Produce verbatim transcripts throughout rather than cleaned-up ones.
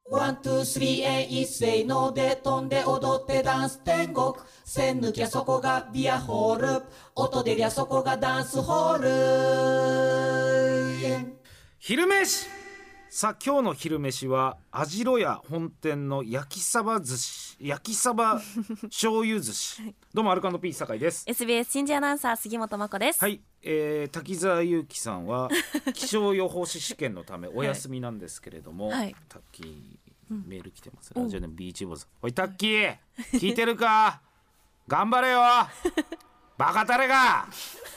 ワン、ツー、スリー、えい、一斉ので飛んで踊ってダンス天国。線抜きゃそこがビアホール。音出りゃそこがダンスホール。 昼飯。さあ今日の昼飯は網代屋本店の焼きサバ寿司、焼きサバ醤油寿司、はい、どうもアルカンド P 酒井です。 エスビーエス 新人アナウンサー杉本真子です。 はい、えー、滝沢祐希さんは気象予報士試験のためお休みなんですけれども、はい、タッキーメール来てます、うん、ラジオネームビーチボーズ。おいタッキー聞いてるか頑張れよバカタレが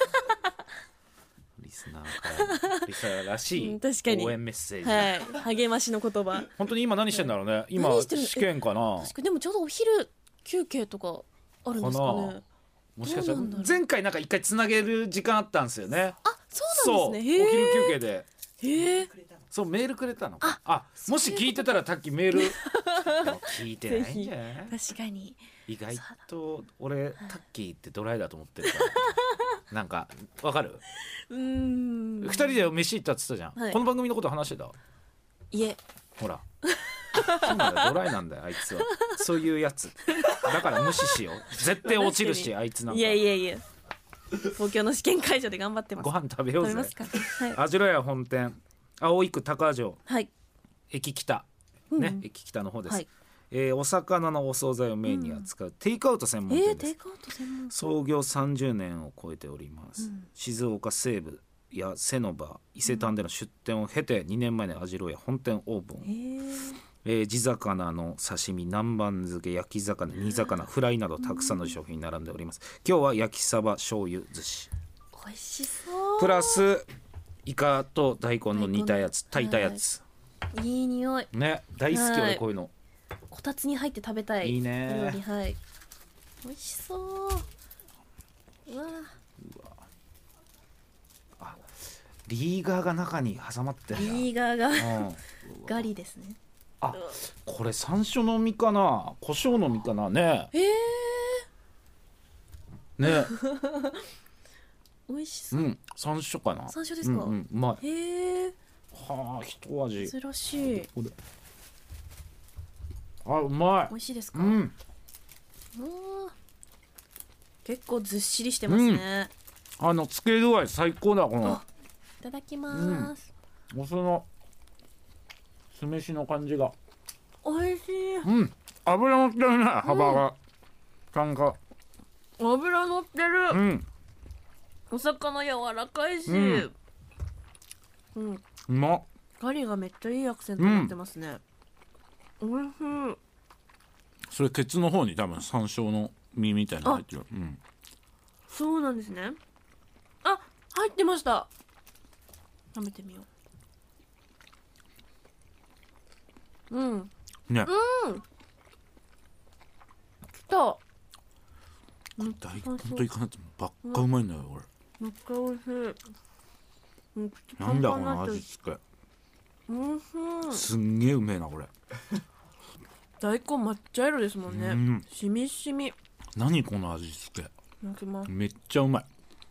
リスナーからリスナーらしい応援メッセージ、 はい、励ましの言葉。 本当に今何してんだろうね。今試験かな。 確かでもちょうどお昼休憩とかあるんですかね。 もしかしたら前回なんか一回つなげる時間あったんですよね。 あ、そうなんですね。 そうお昼休憩でへーそうメールくれたのか。ああもし聞いてたらタッキーメール聞いてないんじゃない。 確かに意外と俺タッキーってドライだと思ってるからなんかわかる。うーんふたりで飯行ったって言ったじゃん、はい、この番組のこと話してた。 いえほらそうなんだよドライなんだよあいつは。そういうやつだから無視しよう。絶対落ちるしあいつなんか。 いやいやいや東京の試験会場で頑張ってます。 ご飯食べようぜ。 食べますか、はい、 網代屋本店葵区高城、はい、駅北、ね、うん、駅北の方です、はい、えー、お魚のお惣菜をメインに扱うテイクアウト専門店です、 えー、テイクアウト専門店。 創業さんじゅうねんを超えております、うん、静岡西部や瀬の場伊勢丹での出店を経てにねんまえに網代屋本店オープン、えーえー、地魚の刺身、南蛮漬け、焼き魚、煮魚、フライなどたくさんの商品並んでおります。今日は焼きサバ醤油寿司、 美味しそう。 プラスイカと大根の煮たやつ、炊いたやつ、 はい、いい匂いね、大好き俺こういうの。 こたつに入って食べたい。 いいね料理、はい、美味しそう。うわうわあ、リーガーが中に挟まってんだ。 リーガーが、うん、ガリですね。 あ、これ山椒の実かな胡椒の実かなね。 えー、ね美味しそう、 うん、山椒かな。 山椒ですか、うんうん、 うまい。 へえ。 はあ、一味珍しい。 ここであ、うまい。 美味しいですか。 うん、う結構ずっしりしてますね、 うん、あのつけ具合最高だ。このいただきます、 うん、お酢の酢飯の感じが美味しい。 うん、油乗ってるね、幅が、うん、ちゃんか油乗ってる、うん、お魚柔らかいし、うんうん、うまっ。 ガリがめっちゃいいアクセントになってますね、うん、おいしい。 それケツの方に多分山椒の実みたいなの入ってる、うん、 そうなんですね。あ、入ってました。食べてみよう。うんね、 うん、きた。 大根とイカなんてばっかうまいんだよ、これ。 めっちゃ美味しい。 なんだこの味付け。 うん、 すんげえうめえなこれ。 大根抹茶色ですもんね、うん、しみしみ。 何この味付け。めっちゃうまい。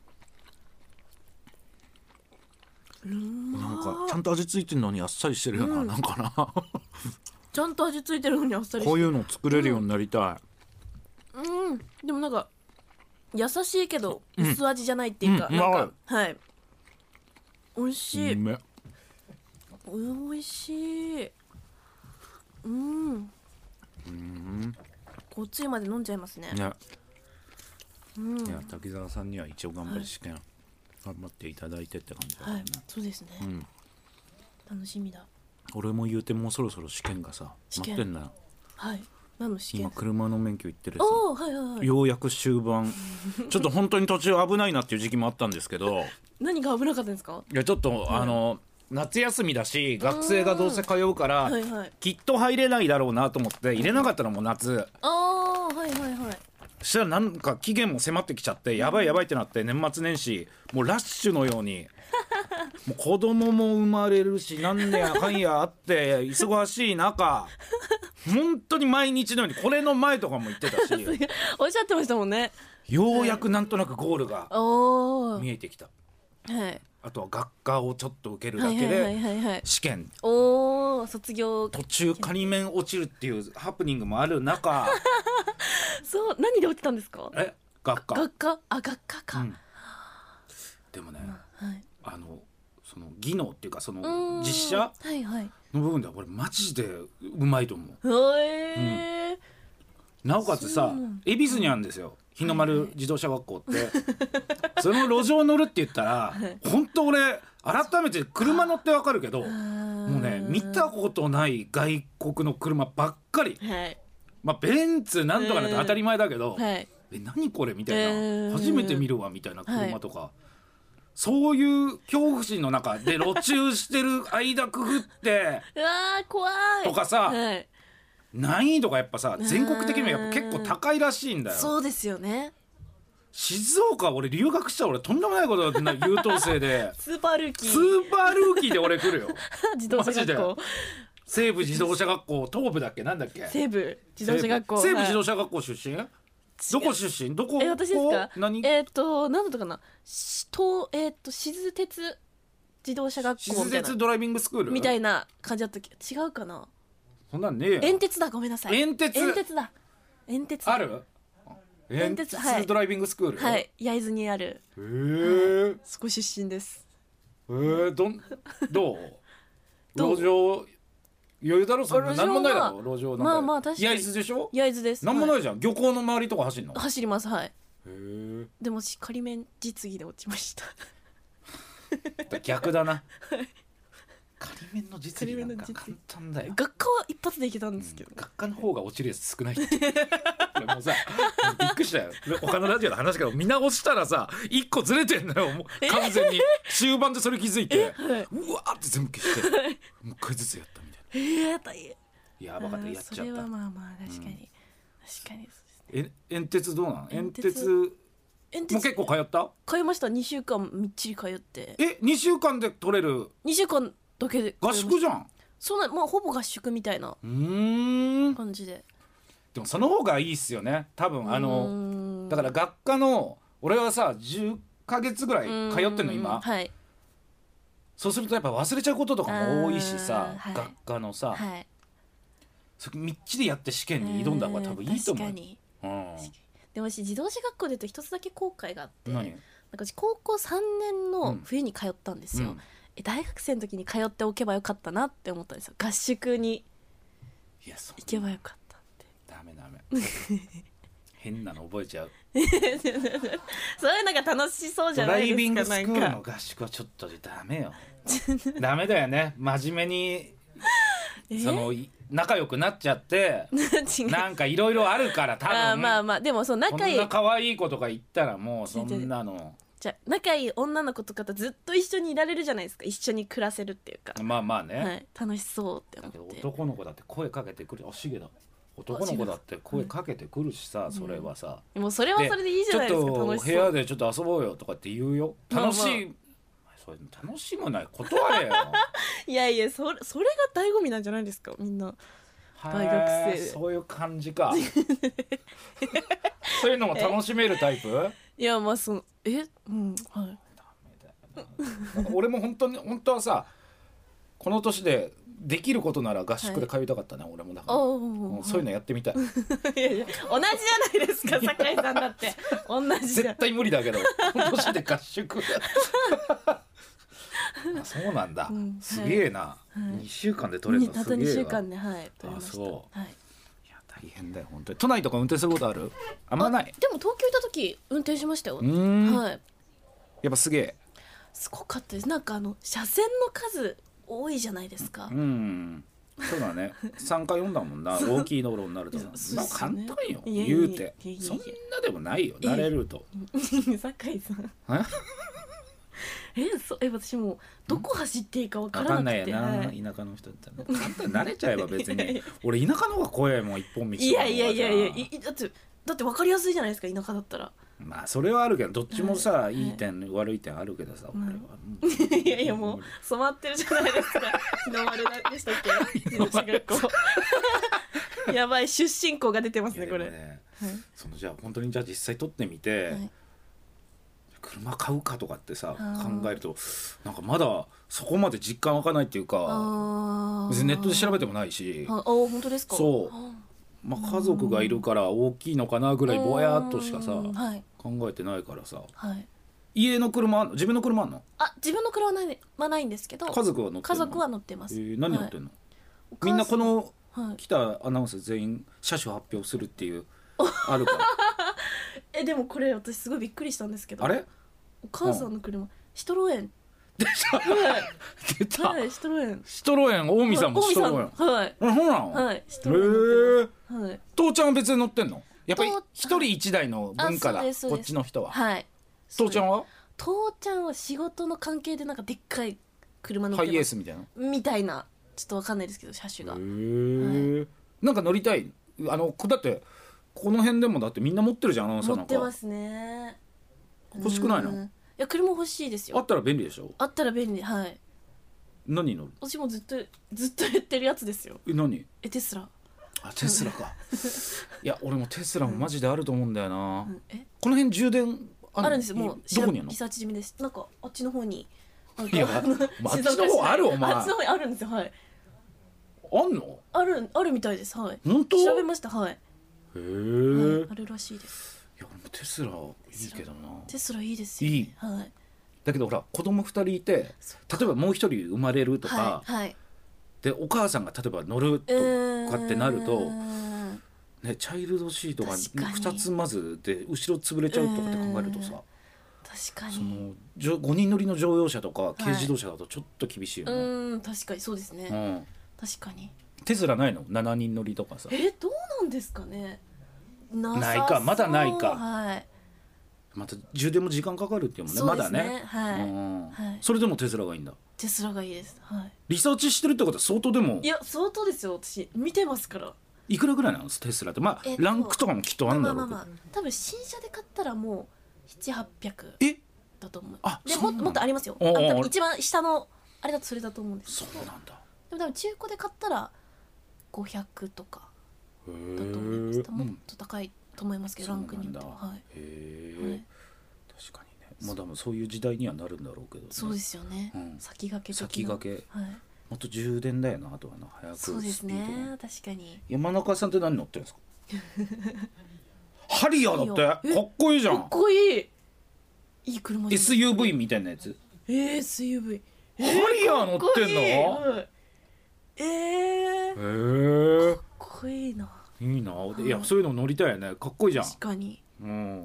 なんかちゃんと味付いてるのにあっさりしてるよな、うん、なんかなちゃんと味付いてるのにあっさりしてる。 こういうの作れるようになりたい。うん、うん、でもなんか優しいけど薄味じゃないっていうか、うん、なんか、はい、美味しい。うめ美味しい。うん、うん、ごついまで飲んじゃいますね。ね、 うん、いや滝沢さんには一応頑張り試験、はい、頑張っていただいてって感じだね、はい、 そうですね、うん、楽しみだ。 俺も言うてもうそろそろ試験がさ待ってんだよ。 はい、何の試験。 今車の免許行ってるさ、 はいはいはい、 ようやく終盤ちょっと本当に途中危ないなっていう時期もあったんですけど何が危なかったんですか。 いやちょっと、はい、あの夏休みだし学生がどうせ通うから、はいはい、きっと入れないだろうなと思って入れなかったのも夏。 ああ、はいはいはい。 そしたらなんか期限も迫ってきちゃってやばいやばいってなって年末年始もうラッシュのようにもう子供も生まれるしなんでやかんやあって忙しい中本当に毎日のようにこれの前とかも言ってたしおっしゃってましたもんね。 ようやくなんとなくゴールが見えてきた、はい、あとは学科をちょっと受けるだけで試験。 おおー卒業途中仮面落ちるっていうハプニングもある中そう何で落ちたんですか？ え学科学科あ学科か、 うん、でもね、 はい、 あのその技能っていうかそのうーん実写はいはいの部分では俺マジでうまいと思う。 へえ、 なおかつさ恵比寿にあるんですよ日の丸自動車学校ってその路上乗るって言ったら本当俺改めて車乗ってわかるけどもうね見たことない外国の車ばっかり、 はい、 まあベンツなんとかなんて当たり前だけど、 はい、 え何これみたいな、 えー、 初めて見るわみたいな車とか、はい、そういう恐怖心の中で路駐してる間くぐってうわー怖いとかさ、 はい、 難易度がやっぱさ全国的にはやっぱ結構高いらしいんだよ。 そうですよね。 静岡俺留学したら俺とんでもないことだって優等生でスーパールーキースーパールーキーで俺来るよ自動車学校西部自動車学校東部だっけなんだっけ西部自動車学校西部自動車学校出身、はい、どこ出身どこえ私ですか何えっ、ー、と何だったかなとえっ、ー、と静鉄自動車学校みたいな静鉄ドライビングスクールみたいな感じだったっけ違うかなそんなんねえよ煙鉄だごめんなさい煙鉄煙鉄だ煙鉄ある煙鉄ドライビングスクールはい焼津にあるへえ、 はい、そこ出身です。 へえどんどう路上余裕だろそんな何もないだろ路上なんかまあまあ確かに焼津でしょ焼津です何もないじゃん、はい、漁港の周りとか走るの走りますはいへえでも仮面実技で落ちました逆だな仮面の実技なんか簡単だよ。 学科は一発でいけたんですけど、 うん、学科の方が落ちるやつ少ないって俺もさびっくりしたよ他のラジオの話から見直したらさ一個ずれてんのよもう完全に終盤でそれ気づいて、はい、うわーって全部消して、はい、もう一回ずつやったみたいな。 えー、大変やばかったやっちゃった。 それはまあまあ確かに、うん、確かにそうですね。 え煙鉄どうなの煙鉄もう結構通った通いましたにしゅうかんみっちり通ってえにしゅうかんで取れるにしゅうかんだけで合宿じゃん。 そうな、まあ、ほぼ合宿みたいな感じで。 でもその方がいいっすよね多分あのだから学科の俺はさじゅっかげつぐらい通ってんの今、 はい、 そうするとやっぱ忘れちゃうこととかも多いしさ、 はい、 学科のさ、 はい、 そみっちりやって試験に挑んだ方が多分いいと思う。 確かに、 うん、 でも私自動車学校で言うと一つだけ後悔があって何なんか私高校さんねんの冬に通ったんですよ、うん、え大学生の時に通っておけばよかったなって思ったんですよ。合宿に行けばよかったって。 ダメダメ変なの覚えちゃうそういうのが楽しそうじゃないですか。ドライビングスクールの合宿はちょっとダメよダメだよね真面目にその仲良くなっちゃってなんかいろいろあるから多分あまあまあでもそう仲いいこんな可愛い子とか言ったらもうそんなのじゃ仲いい女の子とかとずっと一緒にいられるじゃないですか。一緒に暮らせるっていうかまあまあね、 はい、楽しそうって思って。 だけど男の子だって声かけてくるあしげだ男の子だって声かけてくるしさ、うん、それはさ、 うん、もうそれはそれでいいじゃないですか。 ちょっと楽しそう部屋でちょっと遊ぼうよとかって言うよ楽しい、まあまあ、それ楽しむない断れよいやいやそれ、それが醍醐味なんじゃないですかみんな大学生で。 そういう感じかそういうのも楽しめるタイプいやまあそのえうんはい俺も本当に本当はさこの年でできることなら合宿で通いたかったね、はい、俺もだからもうそういうのやってみたいいやいや同じじゃないですか酒井さんだって同じじゃ絶対無理だけどこの年で合宿あそうなんだ、うん、すげえな、はい、にしゅうかんで取れたのすげえわ。 にしゅうかんではい取れました。 あそう、 はい、 いや大変だよ本当に。都内とか運転することある？あんまない。 でも東京行った時運転しましたよ。 うーん、 はい、 やっぱすげえすごかったです。なんかあの車線の数多いじゃないですか。 うん、そうだねさんかよんだもんな大きい道路になるとまあ簡単よ言うてそんなでもないよ慣れると酒井さんえそえ私もどこ走っていいか分からなくて分かんないやな、はい、 田舎の人だったら簡単に慣れちゃえば別に俺田舎の方が怖いもん一本道いやいやいやいやいだってだって分かりやすいじゃないですか田舎だったら。 まあそれはあるけどどっちもさ、はい、いい点、はい、悪い点あるけどさ、 うん、いやいやもう染まってるじゃないですか日の丸でしたっけ自動車学校やばい出身校が出てますねこれ。 ね、はい、そのじゃあ本当にじゃあ実際取ってみて、はい、車買うかとかってさ考えるとなんかまだそこまで実感湧かないっていうか別にネットで調べてもないし、 ああ本当ですか。 そう、まあ、家族がいるから大きいのかなぐらいぼやっとしかさ、 はい、 考えてないからさ、 はい、 家の車あんの？自分の車あんの？ あ自分の車はない、まあ、ないんですけど家族は乗ってんの？ 家族は乗ってます、 えー、何乗ってんの、 はい、 みんなこの、 はい、 来たアナウンス全員車種発表するっていうあるからえでもこれ私すごいびっくりしたんですけど、 あれお母さんの車、うん、シトロエン出た、 はい、 出た、 はい、シトロエンシトロエン、近江さんもシトロエン、 はい、 そうなの？ はいシトロエン乗ってます、 へえ、 はい、 父ちゃんは別に乗ってんの？やっぱり一人一台の文化だ、 はい、こっちの人は。 はい、 父ちゃんは？ 父ちゃんは仕事の関係でなんかでっかい車乗ってます。 ハイエースみたいなみたいな、ちょっとわかんないですけど車種が。へえ、はい、なんか乗りたい、あのだってこの辺でもだってみんな持ってるじゃん、アナウンサーなんか。 持ってますね。 欲しくないの？いや車欲しいですよ。 あったら便利でしょ？ あったら便利、はい。 何乗る？ 私もずっとずっと言ってるやつですよ。 え、何？ え、テスラ。 あ、テスラかいや俺もテスラもマジであると思うんだよな、うん、 えこの辺充電ある？ あるんですよ。もうどこにあるの？ リサーチ済みです。なんかあっちの方に、 いやあっちの方ある？お前あっちの方にあるんですよ。はい、 あんの？ ある、あるみたいです。はい、 本当？ 調べました。はい、へえ、 はい、あるらしいです。 いや俺もテスラいいけどな。 テスラいいですよ、ね、 いい、 はい、 だけどほら子供ふたりいて、例えばもう一人生まれるとか、 はいはい、 でお母さんが例えば乗るとかってなると、ね、チャイルドシートがふたつまずで後ろ潰れちゃうとかって考えるとさ、 確かにそのごにん乗りの乗用車とか軽自動車だとちょっと厳しいよね、はい、 うん確かにそうですね、うん、確かに。 テスラないの？ななにん乗りとかさ。 えどうなんですかね。なさそう。 ないか、まだないか、 はい、 また充電も時間かかるっていうもんね。 そうですね、 まだね、 はい、 うん、 はい、 それでもテスラがいいんだ。 テスラがいいです、はい、 リサーチしてるってことは相当でも。 いや相当ですよ、私見てますから。 いくらぐらいなのテスラって？まあ、えっと、ランクとかもきっとあるんだろうけど、まあまあまあ、 多分新車で買ったらもうななひゃく、はっぴゃくだと思う。 あでももっとありますよ。あ多分一番下のあれだとそれだと思うんですけど。 そうなんだ。 でも多分中古で買ったらごひゃくとかだと思います。もっと高いと思いますけど、ランクによっては。はい、 へー、はい、確かにね。まあでもそういう時代にはなるんだろうけど、ね、 そうですよね、うん、先駆け的な先駆け、はい、もっと充電だよな。あとはな、早くスピード。そうですね、 確かに。 山中さんって何乗ってるんですか？ハリアーだって。かっこいいじゃん。かっこいい。いい車。 エスユーブイみたいなやつ。 えー、エスユーブイ、 えー、ハリアー乗ってんの？ えー、えー、 かっこいいな。 いいな。いやそういうの乗りたいよね。かっこいいじゃん。 確かに、うん、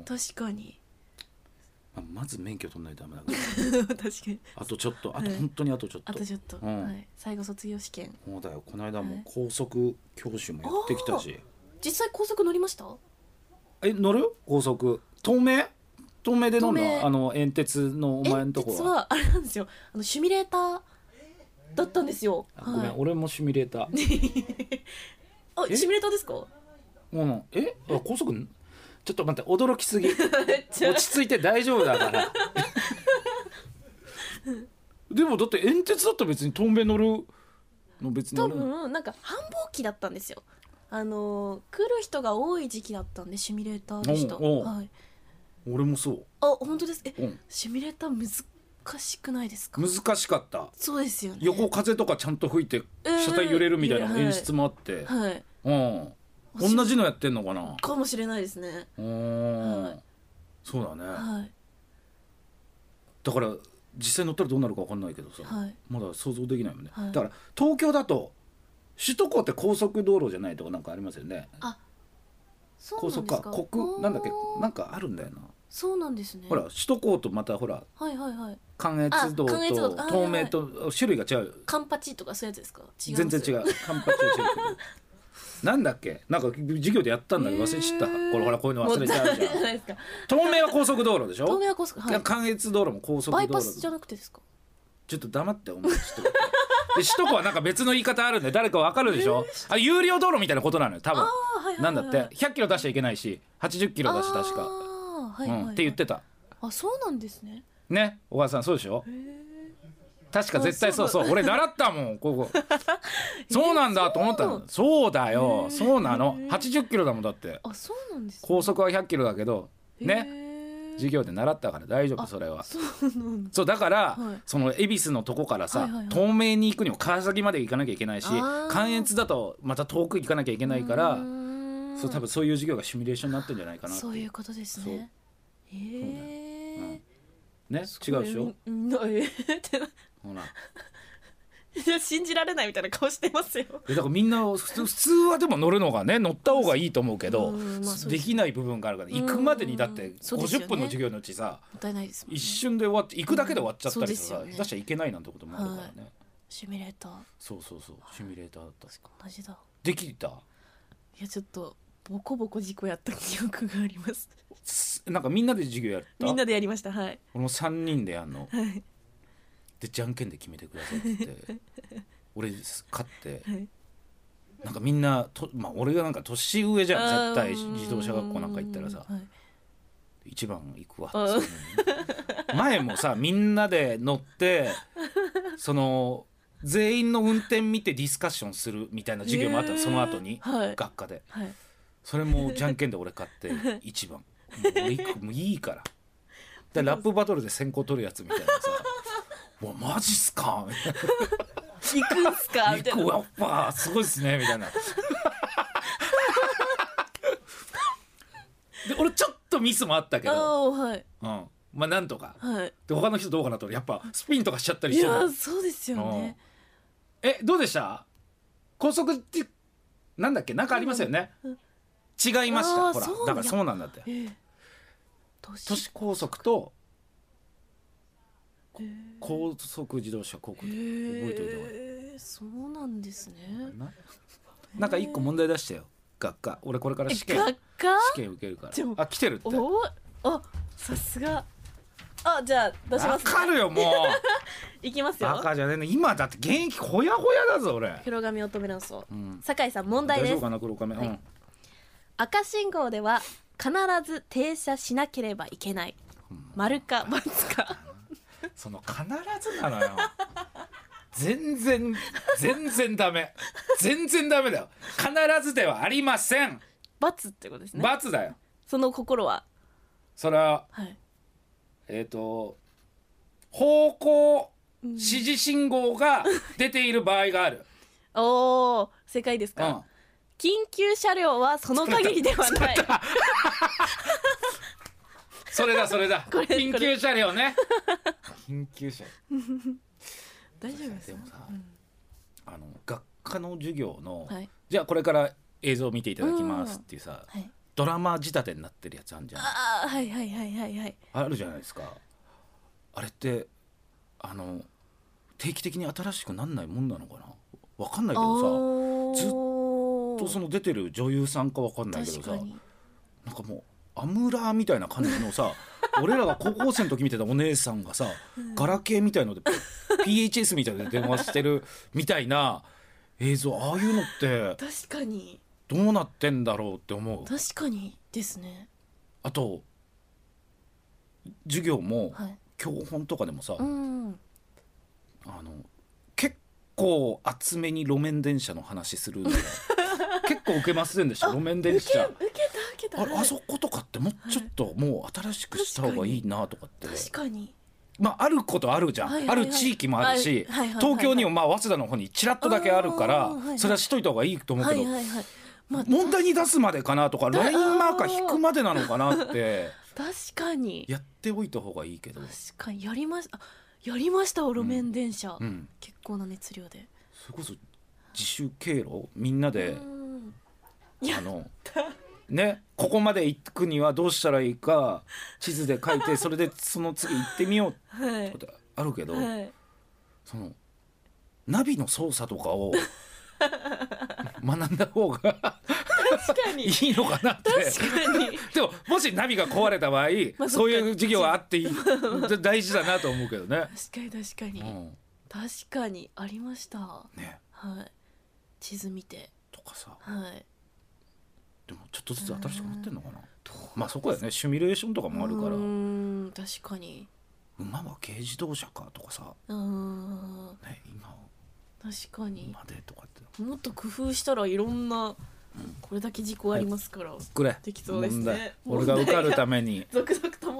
確かに。 まず免許取んないとダメだから確かに。あとちょっと、あと本当にあとちょっと、 はい、あとちょっと、うん、はい、最後卒業試験。 そうだよ、この間も高速教習もやってきたし、はい、 実際高速乗りました？ え乗る？高速東名東名で乗るの？あの煙鉄のお前のとこは。 煙鉄はあれなんですよ、あのシミュレーターだったんですよ。 ごめん、はい、俺もシミュレーターあ、シミュレーターですか？ うん、えあ高速ちょっと待って、驚きすぎ落ち着いて大丈夫だからでもだって煙鉄だったら別に東名乗るの別に多分なんか繁忙期だったんですよ。あの来る人が多い時期だったんでシミュレーターでした。はい、 俺もそう。 あ、本当です。え、うん、シミュレーター難しくないですか？ 難しかった。 そうですよね。 横風とかちゃんと吹いて車体揺れるみたいな演出もあって、はい、はい、うん、同じのやってんのかな？ かもしれないですね。 はい、そうだね、はい、だから実際乗ったらどうなるか分かんないけどさ、はい、まだ想像できないもんね、はい、だから東京だと首都高って高速道路じゃないとこなんかありますよね。あ、 そうなんですか。 高速か国なんだっけ、なんかあるんだよな。 そうなんですね。 ほら首都高とまたほら、 はいはいはい、 関越道と東名と種類が違う。 カンパチとかそういうやつですか？違う。 全然違う。カンパチは違うけどなんだっけ、なんか授業でやったんだけど忘れちゃった。これほらこういうの忘れちゃうじゃん。東名は高速道路でしょ？東名は高速、はい、関越道路も高速道路。 バイパスじゃなくてですか？ちょっと黙ってお前。で首都高はなんか別の言い方あるんで誰かわかるでしょ？あ、有料道路みたいなことなのよ多分。はいはいはい、なんだってひゃっキロ出しちゃいけないしはちじゅっキロだし確か、はいはいはい、うん、って言ってた。 あ、そうなんですね。 ね、お母さんそうでしょ？確か絶対そうそう、俺習ったもんここそうなんだと思ったの。そうだよ、そうなの。はちじゅっキロだもんだって。 あ、そうなんですね。 高速はひゃっキロだけどね。 授業で習ったから大丈夫それは。 そうなんだ。 そうだから、 はいその恵比寿のとこからさ、 はいはいはい東名に行くにも川崎まで行かなきゃいけないし、 あー関越だとまた遠く行かなきゃいけないからうーんそう多分そういう授業がシミュレーションになってるんじゃないかなってそういうことですね。へえ。 ね違うでしょ。 うんなえーってなほらいや信じられないみたいな顔してますよ。 えだからみんな普通普通はでも乗るのがね乗った方がいいと思うけど、 うんまあそうでですきない部分があるから行くまでにだってそうですよねごじゅっぷんの授業のうちさ、 もったいないですもんね。 一瞬で終わって行くだけで終わっちゃったりさ、 うんそうですよね出しちゃいけないなんてこともあるからね、 シミュレーターそうそうそうシミュレーターだった同じだ。 できたいやちょっとボコボコ事故やった記憶があります。 すなんかみんなで授業やったみんなでやりました。はいこのさんにんでやんのはいでじゃんけんで決めてくださいって言って俺勝ってはい。 なんかみんなと、まあ、俺がなんか年上じゃん絶あー対自動車学校なんか行ったらさはい一番行くわあーっつって前もさみんなで乗ってその全員の運転見てディスカッションするみたいな授業もあったのへーその後にはい学科ではい。 それもじゃんけんで俺勝って一番もう俺行くもういいからでラップバトルで先行取るやつみたいなさうわマジっすかみたいな行くんすかみたいな。 行くやっぱすごいっすねみたいなで俺ちょっとミスもあったけど、 ああはいうん、まあなんとかはい。 で他の人どうかなとやっぱスピンとかしちゃったりいしてたやそうですよね。 えどうでした高速ってなんだっけなんかありますよね、 うん違いましたほらあーそうだからそうなんだってええ都都市高速とえー高速自動車高速で覚えておいた方がいいえーそうなんですね。 ななんか一個問題出してよ学科俺これからえ試験学科？ 試験受けるかでもらあ来てるっておおあさすが。あじゃあ出しますね。 わかるよもういきますよ。 バカじゃねえの今だって現役ほやほやだぞ俺、 黒髪乙女乱争。 うん、 酒井さん問題です大丈夫か。な黒亀、 はいうん赤信号では必ず停車しなければいけない。丸か×か。 その必ずなのよ全然全然ダメ全然ダメだよ必ずではありません ×ってことですね。 ×だよその心はそれははい。 えっ、と方向指示信号が出ている場合がある、 おお正解ですか。 うん、 緊急車両はその限りではない。 それだそれだこれ緊急車両ね緊急車大丈夫ですよでもさ、あの学科の授業の、 はいじゃあこれから映像を見ていただきますっていうさ、 はい。 ドラマ仕立てになってるやつあるじゃんああはいはいはいはいはい。 あるじゃないですかあれってあの定期的に新しくなんないもんなのかなわかんないけどさずっとその出てる女優さんかわかんないけどさ確かに。 なんかもうアムラーみたいな感じのさ俺らが高校生の時見てたお姉さんがさ、ガラケーみたいので ピーエイチエス みたいなで電話してるみたいな映像ああいうのって確かにどうなってんだろうって思う。 確かにですね。 あと授業も、 はい。 教本とかでもさ、 うん。 あの結構厚めに路面電車の話するのよ結構受けませんでした路面電受け車受けた受けた。 あれあそことかってもうちょっともう新しくした方がいいなとかって確かに。 まああることあるじゃん、 はいはいはいある地域もあるし、 はいはいはいはい東京にもまあ早稲田の方にちらっとだけあるから、 あーはいはいそれはしといた方がいいと思うけど、 はいはいはい。まあ問題に出すまでかなとかラインマーカー引くまでなのかなって確かにやっておいた方がいいけど、 確かにやりましたあやりました路面電車、 うん、 結構な熱量で。 それこそ自主経路みんなでうんやあのねここまで行くにはどうしたらいいか地図で書いてそれでその次行ってみようはいってことあるけど、 はい。 そのナビの操作とかを学んだ方が確かにいいのかなって確かにでももしナビが壊れた場合、 まあそういう授業はあっていい大事だなと思うけどね。 確かに確かに、 うん確かにありました。 ねはい。地図見てとかさはい。 でもちょっとずつ新しくなってんのかな。まあそこだよねシミュレーションとかもあるからうーん確かに。 馬は軽自動車かとかさ、 うーんね、今確かに馬でとかってもっと工夫したらいろんなこれだけ事故ありますから、 くれできそうですね問題俺が受かるために続々と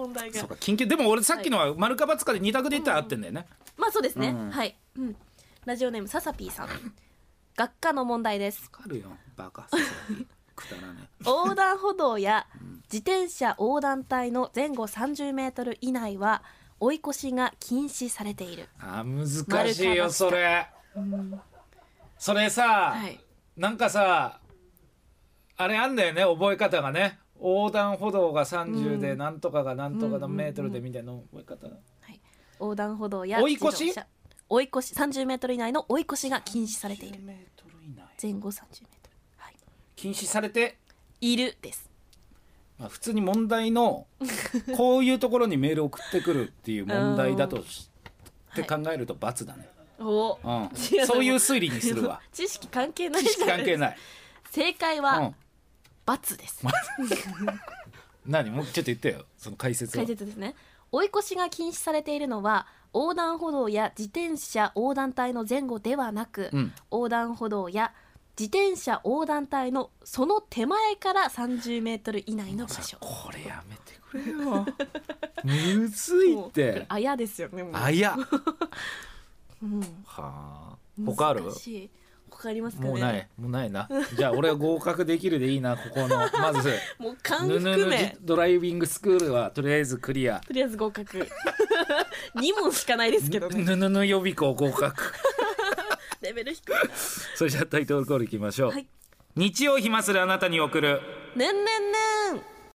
問題が。 そうか緊急でも俺さっきのは丸か×かでに択で言ったら合ってんだよね、 うん、まあそうですね、 うん、 はい、うん、ラジオネームささぴーさん学科の問題です。 わかるよバカささぴくだらね横断歩道や自転車横断帯の前後さんじゅうメートル以内は追い越しが禁止されている。 あ難しいよそれ、うん、それさ、はい、なんかさあれあんだよね覚え方がね横断歩道がさんじゅうでなんとかがなんとかのメートルでみたいな覚え方、はい、 横断歩道や追い越し追い越しさんじゅうメートル以内の追い越しが禁止されている。前後さんじゅうメートル、はい、 禁止されているです。 まあ、普通に問題のこういうところにメール送ってくるっていう問題だとって考えると×だね、 お、 うん、そういう推理にするわ知識関係ない知識関係ない。 正解は×です、うん、 何もうちょっと言ってよその解説を。 解説ですね。追い越しが禁止されているのは横断歩道や自転車横断帯の前後ではなく、うん、横断歩道や自転車横断帯のその手前からさんじゅうメートル以内の場所。 これやめてくれよむずいってあやですよね。 あや、 うん、 はあ他ある？ 他ありますかね。 もうないもうないなじゃあ俺は合格できるでいいなここのまずもう勘含めドライビングスクールはとりあえずクリアとりあえず合格に問しかないですけどね。 ぬぬぬ予備校合格レベル低いな。 それじゃあタイトルコールいきましょう、 はい、 日曜暇するあなたに送るねんねんねん